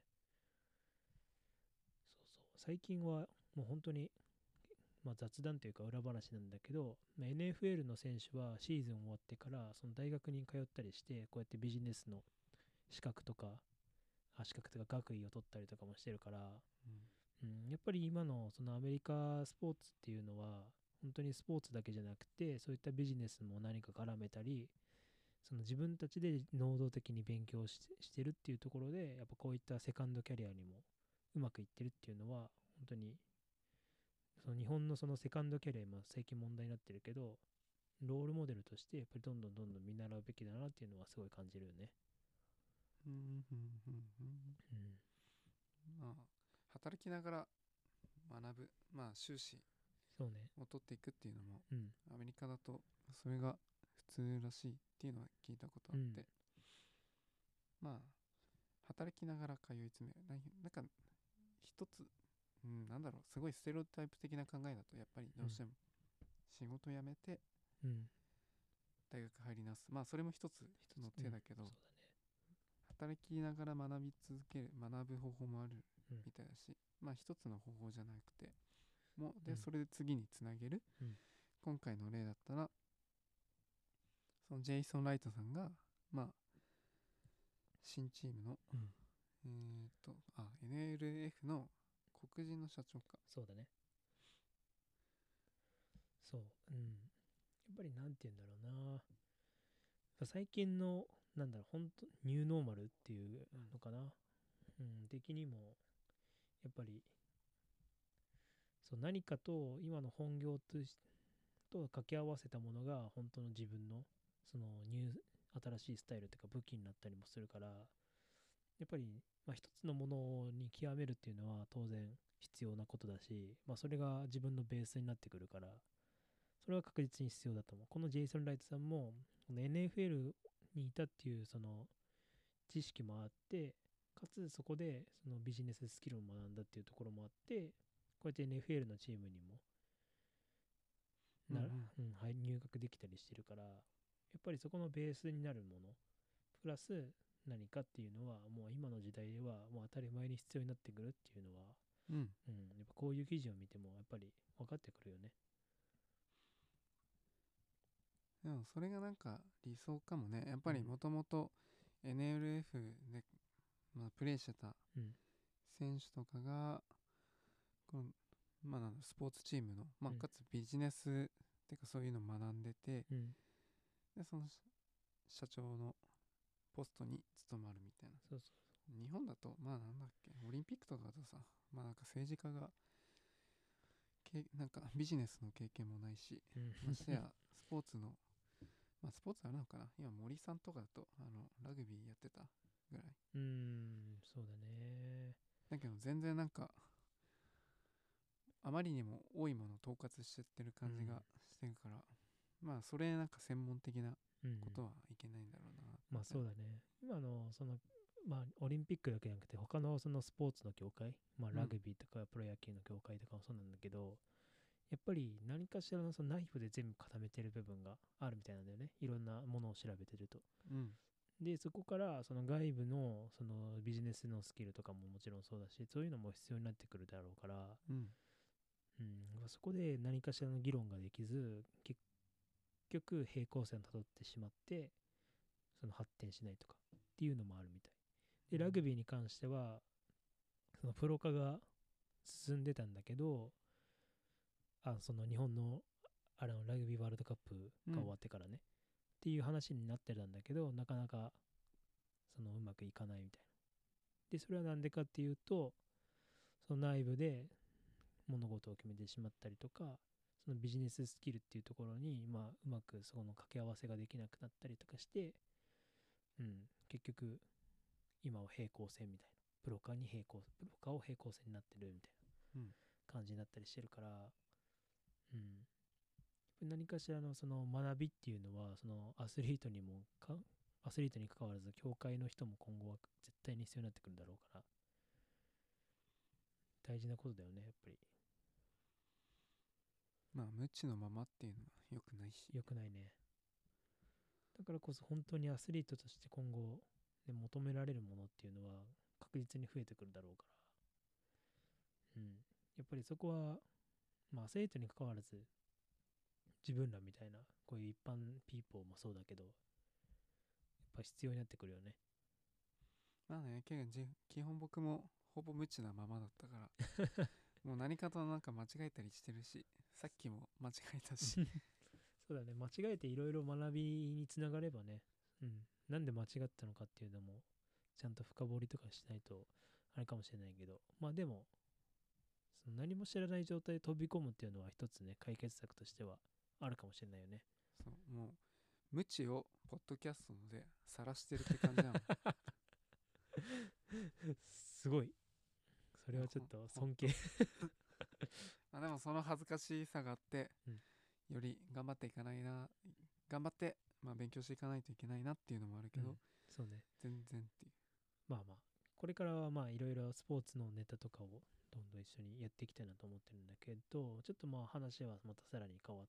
そうそう。最近はもう本当に、まあ、雑談というか裏話なんだけど、まあ、エヌエフエル の選手はシーズン終わってからその大学に通ったりして、こうやってビジネスの資格とか、あ資格とか学位を取ったりとかもしてるから、うん、やっぱり今のそのアメリカスポーツっていうのは本当にスポーツだけじゃなくて、そういったビジネスも何か絡めたり、その自分たちで能動的に勉強ししてるっていうところで、やっぱこういったセカンドキャリアにもうまくいってるっていうのは本当に、その日本のそのセカンドキャリアも最近問題になってるけど、ロールモデルとしてやっぱりどんどんどんどん見習うべきだなっていうのはすごい感じるよね。 うんうんうんうん、 うん。 まあ働きながら学ぶ、まあ修士そうね。 を取っていくっていうのもうん。 アメリカだとそれが普通らしいっていうのは聞いたことあうん。 って、まあ働きながら通い詰めるな、なんか一つ、うん、なんだろう、すごいステレオタイプ的な考えだとやっぱりどうしても仕事辞めてうん。 大学入りなす、まあそれも一つの一つ、うん。 手だけど、 そう働きながら学び続ける学ぶ方法もあるだね。 みたいだし、まあ一つの方法じゃなくてもううん。 でそれで次につなげる、 うん。 今回の例だったらそのジェイソン・ライトさんがまあ新チームのうん。 えーっとあ エヌエルエフ の黒人の社長か。 そうだね。そう。うん。やっぱりなんて言うんだろうな。最近の、なんだろう、本当ニューノーマルっていううんのかな。うん。的にも、やっぱり、そう何かと今の本業としと掛け合わせたものが本当の自分のそのニュー新しいスタイルというか武器になったりもするから、やっぱり、まあ、一つのものに極めるっていうのは当然必要なことだし、まあ、それが自分のベースになってくるから、それは確実に必要だと思う。このジェイソン・ライトさんもこの エヌエフエル にいたっていうその知識もあって、かつそこでそのビジネススキルを学んだっていうところもあって、こうやって エヌエフエル のチームにもな、 うんうんうん、はい、入学できたりしてるから、ややっぱりそこのベースになるものプラス何かっていうのはもう今の時代ではもう当たり前に必要になってくるっていうのは、 うん。 うん、やっぱこういう記事を見てもやっぱり分かってくるよね。 でもそれがなんか理想かもね。やっぱりうんもともと エヌエルエフ で、まあ、プレーしてたうん選手とかがこの、まあ、なんだスポーツチームの、まあうん、 かつビジネスっていうかそういうのを学んでて、 うんでその社長のポストに務まるみたいな。 そうそ日本だとまあなんだっけ、オリンピックとかだとさ、まあなんか政治家がけなんかビジネスの経験もないし、 う、うんましてやスポーツの、まあスポーツあるのかな、今森さんとかだとあのラグビーやってたぐらいうーんそうだね。 だけど、全然なんかあまりにも多いものを統括してってる感じがしてるから、まあそれなんか専門的なうん、うん、 ことはいけないんだろうな。 まあそうだね。今のそのまあオリンピックだけじゃなくて他のそのスポーツの協会、まあうんラグビーとかプロ野球の協会とかもそうなんだけど、やっぱり何かしらのそのナイフで全部固めてる部分があるみたいなんだよね。いろんなものを調べてると。 うんで、そこからその外部のそのビジネスのスキルとかももちろんそうだし、そういうのも必要になってくるだろうから、 うんうん、そこで何かしらの議論ができず、結局平行線をたどってしまって、その発展しないとかっていうのもあるみたい。で、ラグビーに関しては、そのプロ化が進んでたんだけど、あその日本のあれのラグビーワールドカップが終わってからね、っていう話になってたんだけど、なかなかそのうまくいかないみたいな。で、それはなんでかっていうと、その内部で物事を決めてしまったりとか、そのビジネススキルっていうところに、まあ、うまくそこの掛け合わせができなくなったりとかして、うん、結局、今は平行線みたいな。プロ化に平行、プロ化を平行線になってるみたいうんな感じになったりしてるから、うん。何かしらのその学びっていうのは、そのアスリートにもか、アスリートに関わらず、協会の人も今後は絶対に必要になってくるだろうから、大事なことだよね、やっぱり。 まあ無知のままっていうのは良くないし。 良くないね。だからこそ本当にアスリートとして今後、ね、求められるものっていうのは確実に増えてくるだろうから、うん。やっぱりそこは、まあアスリートに関わらず、自分らみたいな、こういう一般ピーポーもそうだけど、やっぱ必要になってくるよね。 まあね、けどじ基本僕もほぼ無知なままだったからもう何かとなんか間違えたりしてるし、さっきも間違えたしそうだね、間違えていろいろ学びにつながればね、うん、なんで間違ったのかっていうのも、ちゃんと深掘りとかしないと、あれかもしれないけど、まあでも、その何も知らない状態で飛び込むっていうのは一つね、解決策としてはあるかもしれないよね。 そうもう無知をポッドキャストで晒してるって感じなのすごい。それはちょっと尊敬。 まあでもその恥ずかしさがあって、 うん、 より頑張っていかないな、頑張って、まあ、勉強していかないといけないなっていうのもあるけど、 うん、そうね。 全然っていう。 まあまあ、これからはまあいろいろスポーツのネタとかをどんどん一緒にやっていきたいなと思ってるんだけど、ちょっとまあ話はまたさらに変わって、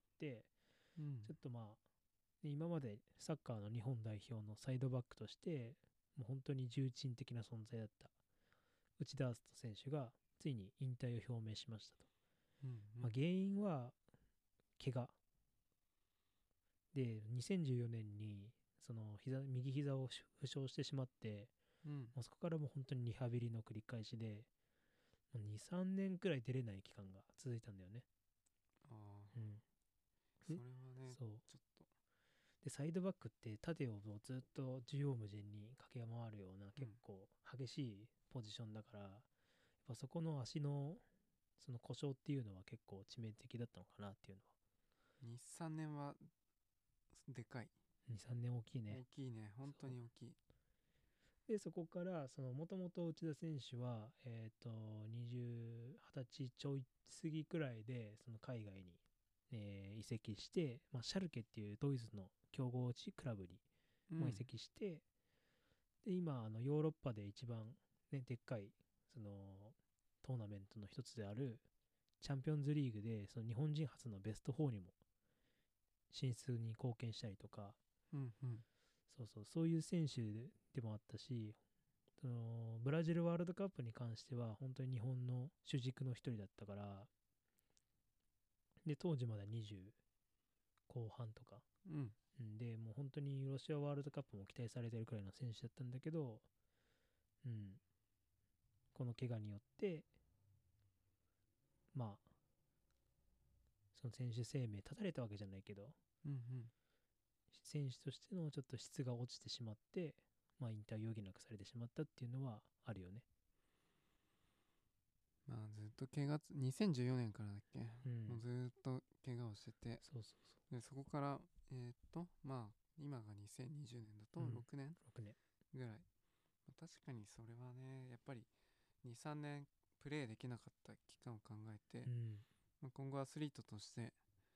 うん、 ちょっとまあ、今までサッカーの日本代表のサイドバックとして、もう本当に重鎮的な存在だった内田篤人選手がついに引退を表明しましたと。 うんうんまあ、原因は怪我で、にせんじゅうよねんにその膝右膝を負傷してしまって、 うん、 もうそこからもう本当にリハビリの繰り返しで、もうに、さんねんくらい出れない期間が続いたんだよね。 あうん、 それはね、 そうちょっと。 で、サイドバックって縦をずっと縦横無尽に駆け回るような結構激しいポジションだから、やっぱそこの足のその故障っていうのは結構致命的だったのかなっていうのは。 に、さんねんはでかい。 に、さんねん大きいね。 大きいね、本当に大きい。 で、そこから、その、もともと内田選手は、えっ、と、にじゅう、はたちちょい過ぎくらいで、その海外に、えー移籍して、まあ、シャルケっていうドイツの強豪地クラブにも移籍して、で、今、あの、ヨーロッパで一番、ね、でっかい、その、トーナメントの一つである、チャンピオンズリーグで、その日本人初のベストよんにも進出に貢献したりとか、 うんうんそうそう、そういう選手でもあったし、そのブラジルワールドカップに関しては本当に日本の主軸の一人だったから、で当時まだにじゅう後半とか、 うんうんでもう本当にロシアワールドカップも期待されてるくらいの選手だったんだけど、うん、この怪我によってまあその選手生命絶たれたわけじゃないけど、 うんうん選手としてのちょっと質が落ちてしまって、まあ、引退を余儀なくされてしまったっていうのはあるよね。 まあずっと怪我つにせんじゅうよねんからだっけ、 うんもうずっと怪我をしてて、 そうそうそでそこからえーっとまあ今がにせんにじゅうねんだとうんろくねんうろくねん。 ぐらい、まあ確かにそれはねやっぱりにさんねんプレーできなかった期間を考えて、 うんまあ、今後アスリートとして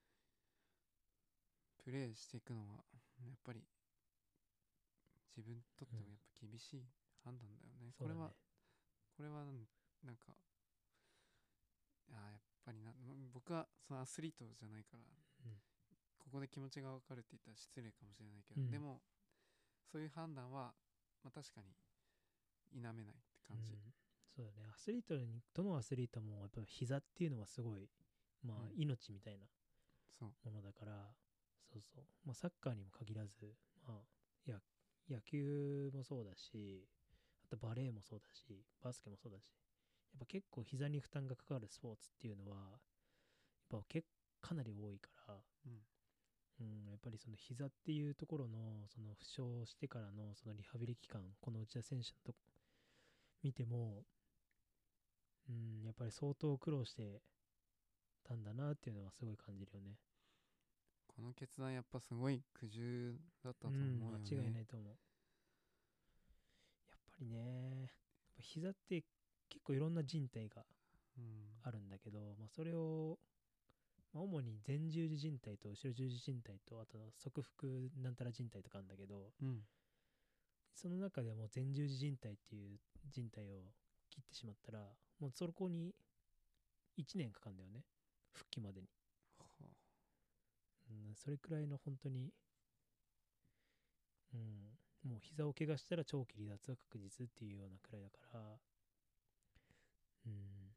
プレーしていくのはやっぱり自分にとってもやっぱ厳しい判断だよね、 そうだね。 これはこれはなんかあやっぱりな僕はそのアスリートじゃないからうんここで気持ちが分かるって言ったら失礼かもしれないけど、 うんでもそういう判断は、まあ、確かに否めないって感じ、 うん、そうだね。アスリートに、どのアスリートもやっぱ膝っていうのはすごい、まあ、 うん命みたいなそうものだから、そうそう。まあ、サッカーにも限らず、まあ、や野球もそうだし、あとバレーもそうだし、バスケもそうだし、やっぱ結構膝に負担がかかるスポーツっていうのは、やっぱ結かなり多いから、 うんうん、やっぱりその膝っていうところの、その負傷してからのそのリハビリ期間、この内田選手のとこ見ても、うん、やっぱり相当苦労してたんだなっていうのはすごい感じるよね。 この決断やっぱすごい苦渋だったとうん、 思うよ間違いなね、 いと思う。やっぱりね、やっぱ膝って結構いろんな靭帯がうんあるんだけど、まあ、それを、まあ、主に前十字靭帯と後ろ十字靭帯と、あと側腹なんたら靭帯とかあるんだけど、 うんその中でも前十字靭帯っていう靭帯を切ってしまったら、もうそこにいちねんかかるんだよね。復帰までに。 はうん、それくらいの本当に、うん、もう膝を怪我したら長期離脱は確実っていうようなくらいだから、うん、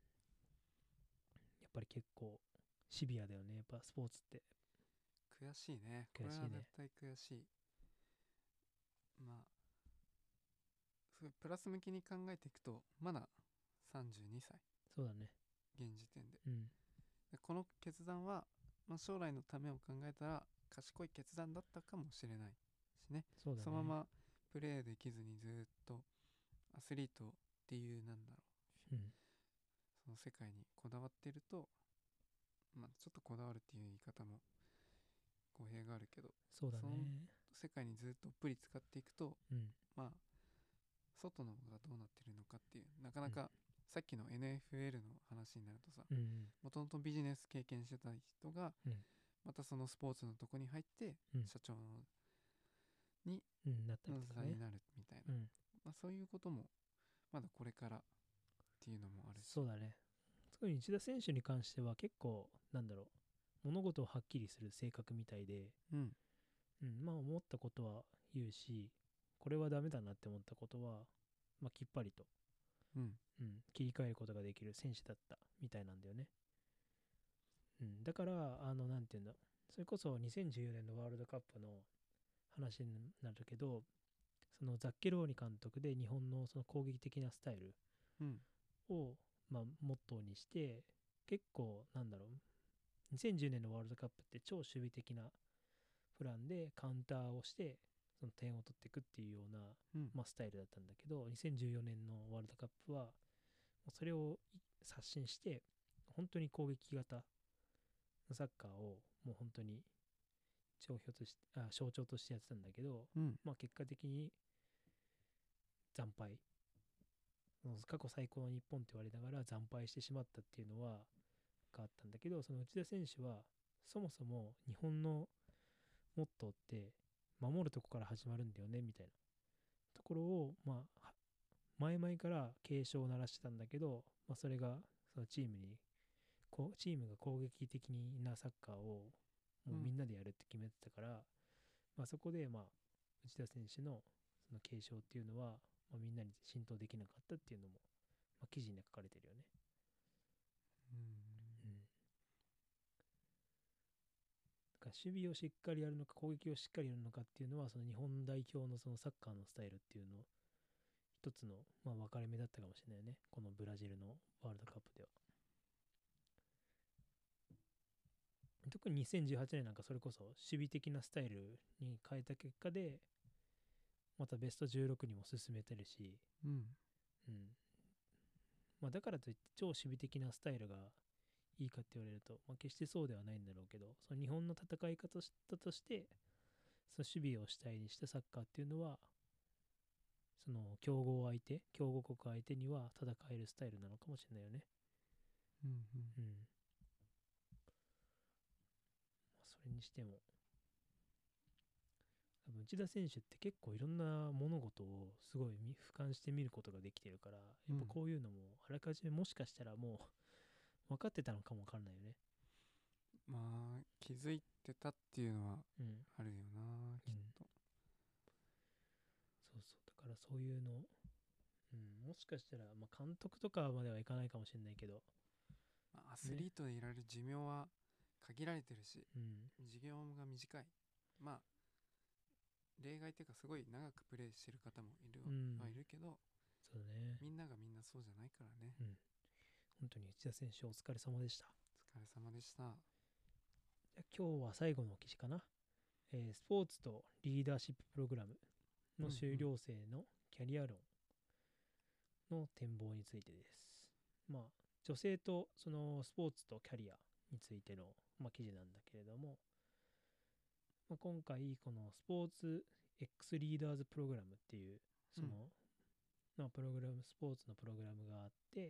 やっぱり結構シビアだよね。やっぱスポーツって悔しいね、これは悔しいね。 絶対悔しい。まあすごいプラス向きに考えていくとまださんじゅうにさいそうだね。 現時点で、 うん、 でこの決断は、まあ、将来のためを考えたら賢い決断だったかもしれないしね、 そうだね。 そのままプレーできずにずっとアスリートっていうなんだろううん、 その世界にこだわってると、まあ、ちょっとこだわるっていう言い方も語弊があるけど、 そうだね。 その世界にずっとどっぷり使っていくと、 うん、 まあ外のがどうなってるのかっていう、なかなかさっきの エヌエフエル の話になるとさ、 うん、 もともとビジネス経験してた人がうん、 またそのスポーツのとこに入ってうん、 社長にうん、なったりのとかね。 座になるみたいな、 うん、 まあ、そういうこともまだこれからっていうのもあるし、 そうだね。特に内田選手に関しては結構、なんだろう、物事をはっきりする性格みたいで、 うんうん、まあ思ったことは言うし、これはダメだなって思ったことは、まあきっぱりと、 うんうん、切り替えることができる選手だったみたいなんだよね。うん、だから、あの、なんていうんだ、それこそにせんじゅうよねんのワールドカップの話になるけど、そのザッケローニ監督で日本のその攻撃的なスタイルうんを、まあ、モットーにして、結構、なんだろう、にせんじゅうねんのワールドカップって超守備的なプランでカウンターをして、その点を取っていくっていうような、 うんまあ、スタイルだったんだけど、にせんじゅうよねんのワールドカップは、それを刷新して、本当に攻撃型のサッカーをもう本当に象徴としあ象徴としてやってたんだけど、 うんまあ、結果的に惨敗、過去最高の日本って言われながら惨敗してしまったっていうのはがあったんだけど、その内田選手はそもそも日本のモットーって守るとこから始まるんだよねみたいなところを、まあ、前々から警鐘を鳴らしてたんだけど、まあ、それがそのチームにこうチームが攻撃的なサッカーをもうみんなでやるって決めてたから、 まあ、そこで、まあ、内田選手のその継承っていうのは、まあ、みんなに浸透できなかったっていうのも、まあ、記事に書かれてるよね。 うんうん。だから守備をしっかりやるのか、攻撃をしっかりやるのかっていうのは、その日本代表のそのサッカーのスタイルっていうの、一つの、まあ、分かれ目だったかもしれないね。このブラジルのワールドカップでは。特ににせんじゅうはちねんなんかそれこそ守備的なスタイルに変えた結果で、またベストじゅうろくにも進めてるし、 うんうん。まあ、だからといって超守備的なスタイルがいいかって言われると、まあ、決してそうではないんだろうけど、その日本の戦い方として、その守備を主体にしたサッカーっていうのは、その強豪相手、強豪国相手には戦えるスタイルなのかもしれないよね。 うんうんうん。まあ、それにしても、多分内田選手って結構いろんな物事をすごい俯瞰して見ることができてるから、やっぱこういうのもあらかじめもしかしたらもう分かってたのかもわかんないよね。 まあ気づいてたっていうのはうん。 あるよな、きっと。 そうそう。だからそういうの、うん、もしかしたら、まあ、監督とかまではいかないかもしれないけど、 まあアスリートでいられる寿命は限られてるし、 うん、 寿命が短い。まあ例外っていうかすごい長くプレーしてる方もいるうん、 はいるけど、 そうね。 みんながみんなそうじゃないからね。 うん。本当に内田選手お疲れ様でした。 お疲れ様でした。 じゃあ今日は最後の記事かな。えースポーツとリーダーシッププログラムの修了生のキャリア論の展望についてです。まあ、女性とそのスポーツとキャリアについての、まあ、記事なんだけれども、まあ、今回このスポーツ X リーダーズプログラムっていうその、 うんまあ、プログラムスポーツのプログラムがあって、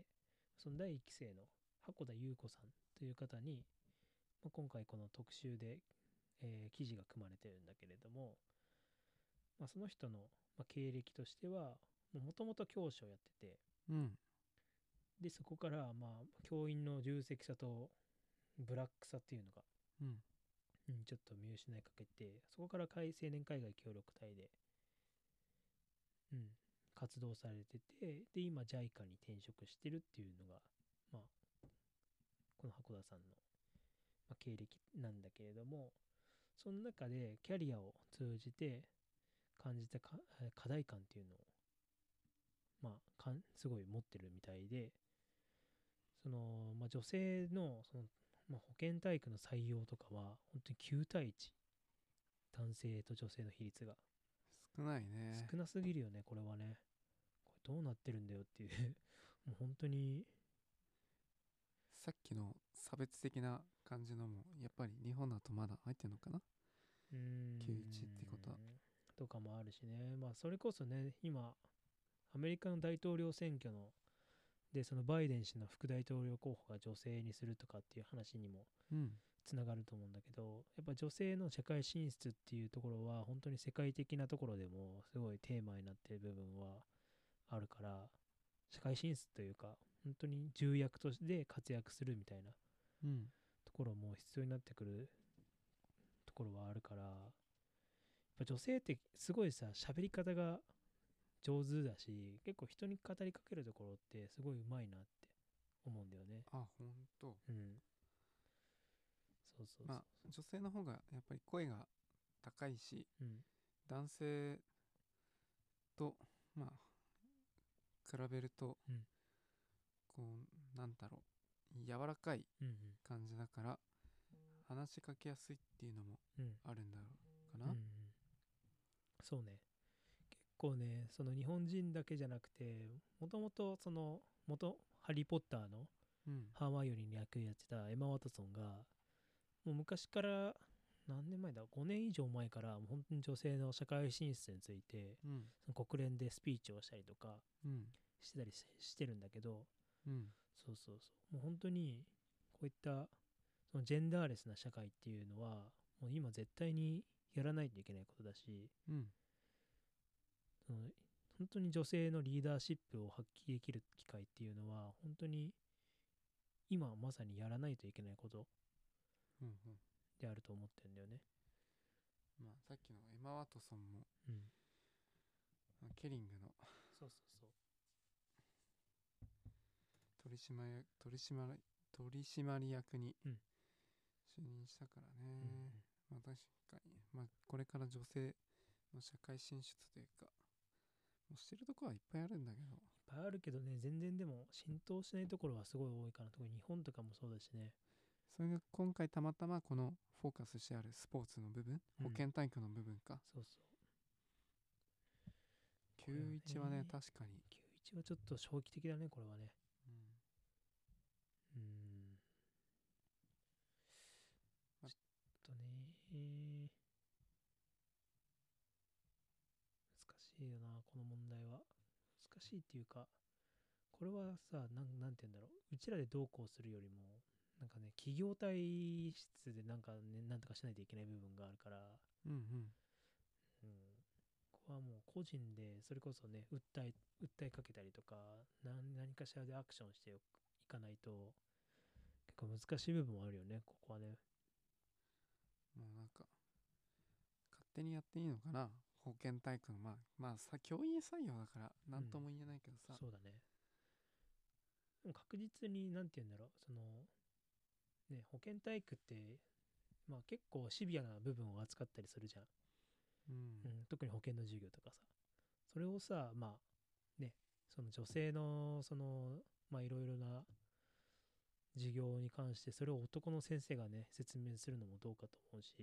そのだいいっきせいの箱田優子さんという方に、まあ、今回この特集で、えー記事が組まれてるんだけれども、まあ、その人の、まあ、経歴としてはもともと教師をやってて、 うんでそこからまあ教員の重責さとブラックさっていうのが、 うんうん、ちょっと見失いかけて、そこから海青年海外協力隊で、うん、活動されてて、で今 ジャイカ に転職してるっていうのが、まあ、この箱田さんの、まあ、経歴なんだけれども、その中でキャリアを通じて感じたか課題感っていうのを、まあ、かんすごい持ってるみたいで、その、まあ、女性のその、まあ、保健体育の採用とかは本当にきゅうたいいち、男性と女性の比率が少ないね。 少なすぎるよね。これはね、これどうなってるんだよっていうもう本当に、 さっきの差別的な感じのもやっぱり日本だとまだ入ってんのかな。 うーんきゅういちってことは。 とかもあるしね。まあそれこそね、今アメリカの大統領選挙のでそのバイデン氏の副大統領候補が女性にするとかっていう話にもうんつながると思うんだけど、やっぱ女性の社会進出っていうところは本当に世界的なところでもすごいテーマになってる部分はあるから、社会進出というか本当に重役として活躍するみたいなうんところも必要になってくるところはあるから、やっぱ女性ってすごいさ、喋り方が上手だし、結構人に語りかけるところってすごいうまいなって思うんだよね。 あ、ほんと。 うん。そうそうそう。 まあ女性の方がやっぱり声が高いし、 うん。 男性とまあ比べるとうん。 こうなんだろう、柔らかいうん。 感じだから話しかけやすいっていうのもうん。うん。 あるんだろうかな。 うん。そうね。結構ね、その日本人だけじゃなくて、もともとその元ハリー・ポッターのうんハーマイオニーに役やってたエマ・ワトソンが、もう昔から何年前だ、ごねん以上前からもう本当に女性の社会進出についてうんその国連でスピーチをしたりとかうんしてたりししてるんだけど、 うんそうそうそう、もう本当にこういったそのジェンダーレスな社会っていうのはもう今絶対にやらないといけないことだし、 うんその本当に女性のリーダーシップを発揮できる機会っていうのは本当に今まさにやらないといけないことうんうん。 であると思ってるんだよね。 まあさっきのエマ・ワトソンもうん。 ケリングのそうそうそう。 取締役取締取締役にうん就任したからうんうん。 ね、まあ確かに、まあ、これから女性の社会進出というかもうしてるとこはいっぱいあるんだけど、 いっぱいあるけどね、全然でも浸透しないところはすごい多いかな。特に日本とかもそうだしね。 それが今回たまたまこのフォーカスしてあるスポーツの部分、 うん保健体育の部分か。 そうそう。 きゅういちはね、確かに、 きゅういちはちょっと衝撃的だね、これはね。 うん、 うーん。 まちょっとね、難しいよな、この問題は。難しいっていうか、これはさ、なん、なんて言うんだろう。うちらでどうこうするよりも、なんかね、企業体質でなんかね、なんとかしないといけない部分があるから、 うんうん、 うん。ここはもう個人で、それこそね、訴え、訴えかけたりとか、何、何かしらでアクションしていかないと、結構難しい部分もあるよね、ここはね。 もうなんか勝手にやっていいのかな、保健体育の、まあまあさ教員採用だから何とも言えないけどさ、 そうだね。でも確実に、なんて言うんだろう、その、ね、保健体育って、まあ結構シビアな部分を扱ったりするじゃん。 うん、 うん、特に保険の授業とかさ。それをさ、まあね、その女性の、その、まあいろいろな授業に関して、それを男の先生がね、説明するのもどうかと思うし、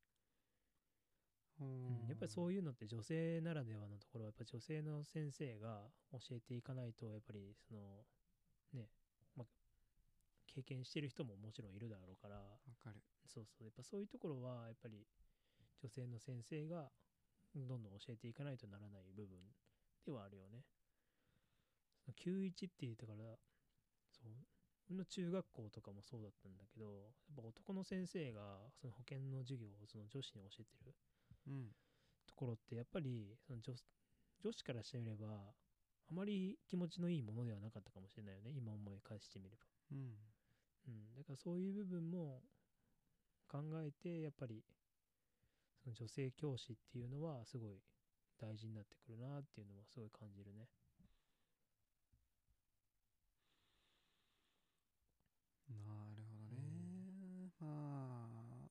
ううん、やっぱりそういうのって女性ならではのところは、やっぱ女性の先生が教えていかないと、やっぱりその、ね、まあ、経験してる人ももちろんいるだろうから、 わかる、 そうそう、やっぱそういうところは、やっぱり女性の先生がどんどん教えていかないとならない部分ではあるよね。そのきゅういちって言ったから、そう、俺の中学校とかもそうだったんだけど、やっぱ男の先生がその保健の授業をその女子に教えてるうん、 ところって、やっぱりその 女, 女子からしてみれば、あまり気持ちのいいものではなかったかもしれないよね、今思い返してみれば。 うん、 うん、だからそういう部分も考えて、やっぱりその女性教師っていうのはすごい大事になってくるなっていうのはすごい感じるね。 なるほどうんね、まあ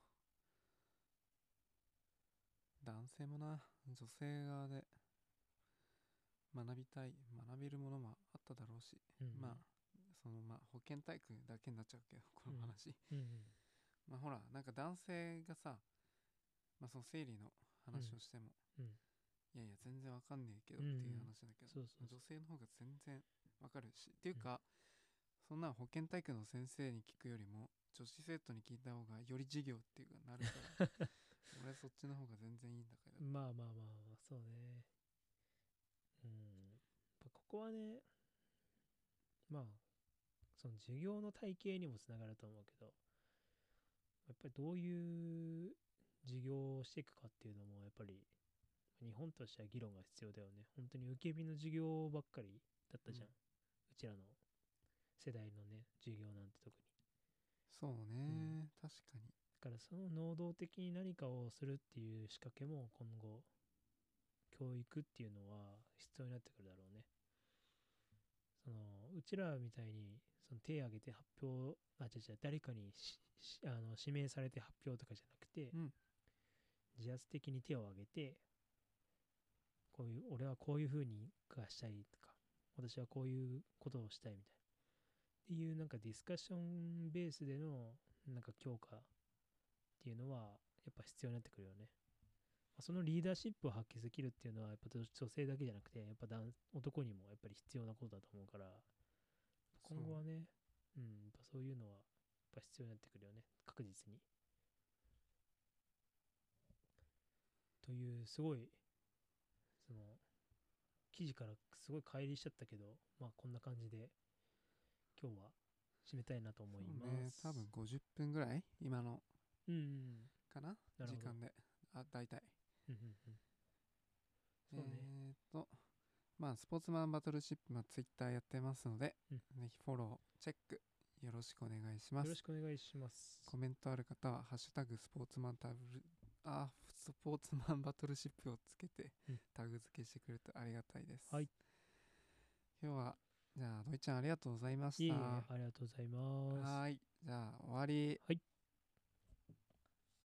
男性もな、女性側で学びたい学べるものもあっただろうし、 うんまあそのまあ保健体育だけになっちゃうけどこの話、 うんうんまあほらなんか男性がさ、まあその生理の話をしても、 うんいやいや全然わかんねえけどうんっていう話だけど、 そうそうそう女性の方が全然わかるし、っていうか、そんな保健体育の先生に聞くよりも女子生徒に聞いた方がより授業っていうかなるから俺はそっちの方が全然いいんだけど、 まあまあまあそうね。うん、やっぱここはね、まあその授業の体系にもつながると思うけど、やっぱりどういう授業をしていくかっていうのもやっぱり日本としては議論が必要だよね。本当に受け身の授業ばっかりだったじゃん、 うん、 うちらの世代のね授業なんて特に。 そううん、 ね、確かに、 だからその能動的に何かをするっていう仕掛けも今後教育っていうのは必要になってくるだろうね。そのうちらみたいにその手を挙げて発表、あ、違う違う、誰かにししあの指名されて発表とかじゃなくて、 うん、 自発的に手を挙げて、こういう俺はこういう風にがしたいとか、私はこういうことをしたいみたいなっていうなんかディスカッションベースでのなんか強化っていうのはやっぱ必要になってくるよね。そのリーダーシップを発揮できるっていうのはやっぱ女性だけじゃなくて、やっぱ男にもやっぱり必要なことだと思うから、 そう、 今後はね、うん、やっぱそういうのはやっぱ必要になってくるよね、確実に。というすごいその記事からすごい乖離しちゃったけど、まあこんな感じで今日は締めたいなと思いそうね、 ます。 多分ごじゅっぷんぐらい今のうんうん、 かな、 なるほど。 時間で、あ、大体、 うんうんうん、そうね。 えーっとまあスポーツマンバトルシップのツイッターやってますので、 うん、 ぜひフォローチェックよろしくお願いします。 よろしくお願いします。 コメントある方はハッシュタグスポーツマンタブルあスポーツマンバトルシップをつけてうんタグ付けしてくれるとありがたいです。 はい。 今日はじゃあ土井ちゃんありがとうございました。 いえいえ、ありがとうございます。 はーい、じゃあ終わり。 はい。